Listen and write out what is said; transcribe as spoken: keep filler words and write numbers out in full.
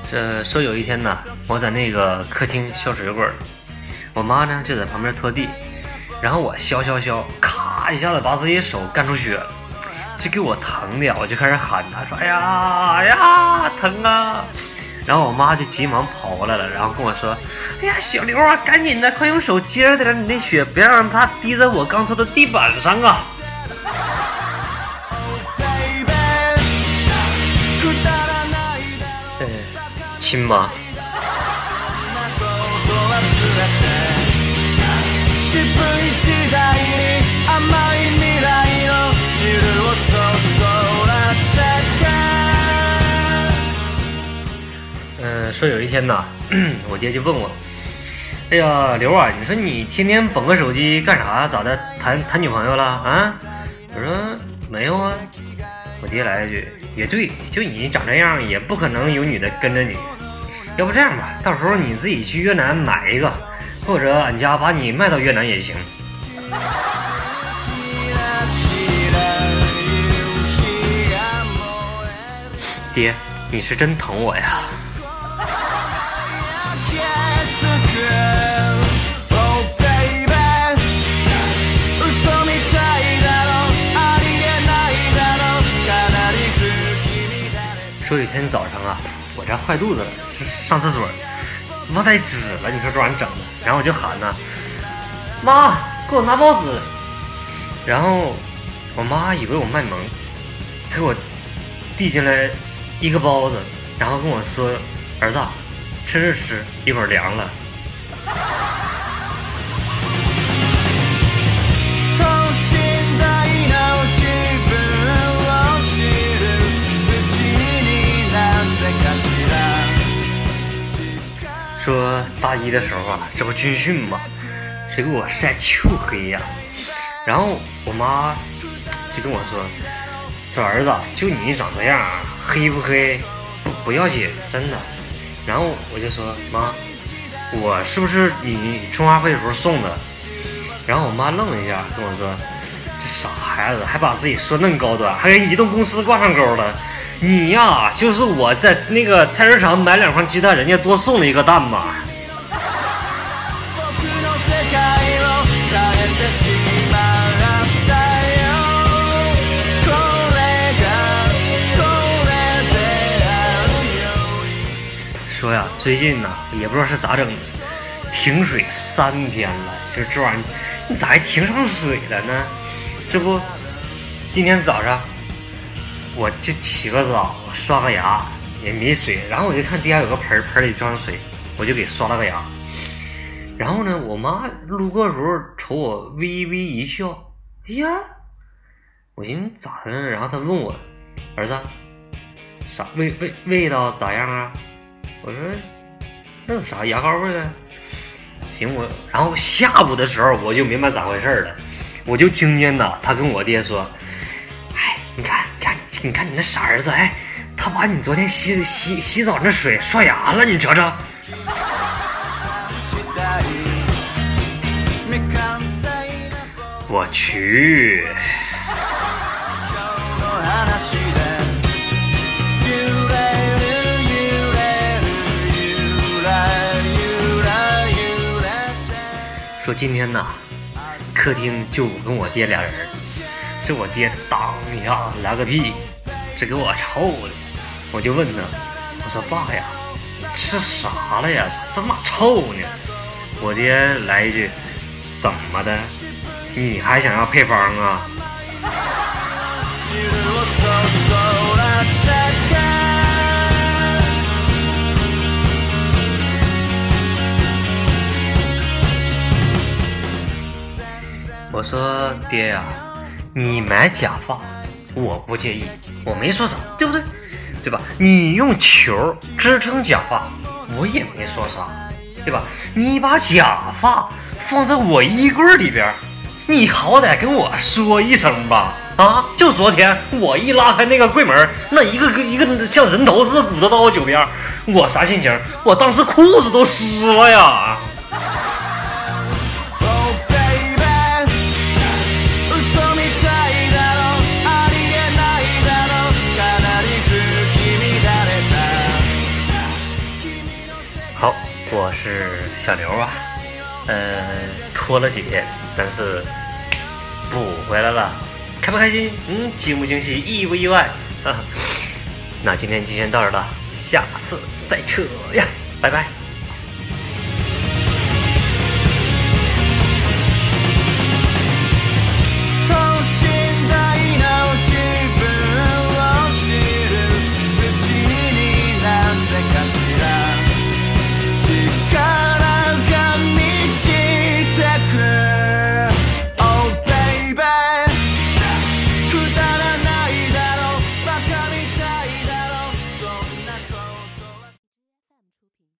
这说有一天呢，我在那个客厅削水果，我妈呢就在旁边拖地，然后我削削削，咔一下子把自己手干出血了，这给我疼的，我就开始喊她说：“哎呀哎呀，疼啊！”然后我妈就急忙跑过来了，然后跟我说：“哎呀，小刘啊，赶紧的，快用手接着点你那血，不要让它滴在我刚搓的地板上啊！”呃，亲妈。嗯，说有一天呐，我爹就问我：“哎呀，刘啊，你说你天天捧个手机干啥？咋的？谈谈女朋友了啊？”我说：“没有啊。”我爹来一句：“也对，就你长这样，也不可能有女的跟着你。要不这样吧，到时候你自己去越南买一个，或者俺家把你卖到越南也行。”爹，你是真疼我呀！说有一天早上啊，我这坏肚子了，上厕所忘带纸了，你说这玩意整的，然后我就喊呢：“妈，给我拿包纸。”然后我妈以为我卖萌，她给我递进来一个包子，然后跟我说：“儿子，趁热吃，一会儿凉了。”说大一的时候啊，这不军训嘛，谁给我晒黢黑呀？然后我妈就跟我说：“说儿子，就你长这样，黑不黑不不要紧，真的。”然后我就说：“妈，我是不是你充话费的时候送的？”然后我妈愣了一下，跟我说：“这傻孩子还把自己说那么高端，还跟移动公司挂上钩了。你呀，就是我在那个菜市场买两块鸡蛋，人家多送了一个蛋嘛。”说呀，最近呢也不知道是咋整的，停水三天了，就这玩意儿，你咋还停上水了呢？这不，今天早上我就起个早，刷个牙也没水，然后我就看地下有个盆，盆里装水，我就给刷了个牙。然后呢，我妈路过的时候瞅我微微一笑，哎呀，我寻思咋的？然后她问我：“儿子，啥味味味道咋样啊？”我说：“那有啥牙膏味啊？”行，我然后下午的时候我就明白咋回事了，我就听见呐，他跟我爹说：“哎，你看，你看，你看你那傻儿子，哎，他把你昨天洗洗洗澡那水刷牙了，你瞅瞅。”我去。说今天呢，客厅就我跟我爹俩人，这我爹当一下来个屁，这给我臭的，我就问他，我说：“爸呀，你吃啥了呀？咋这么臭呢？”我爹来一句：“怎么的？你还想要配方啊？”我说：“爹呀，你买假发我不介意，我没说啥，对不对？对吧？你用球支撑假发我也没说啥，对吧？你把假发放在我衣柜里边，你好歹跟我说一声吧。啊，就昨天我一拉开那个柜门，那一个一个像人头似的鼓捣到我脚边，我啥心情？我当时裤子都湿了呀。” 是小刘啊，呃，拖了几天，但是补回来了，开不开心？嗯，惊不惊喜？意不意外？哈哈，那今天就先到这了，下次再扯呀，拜拜。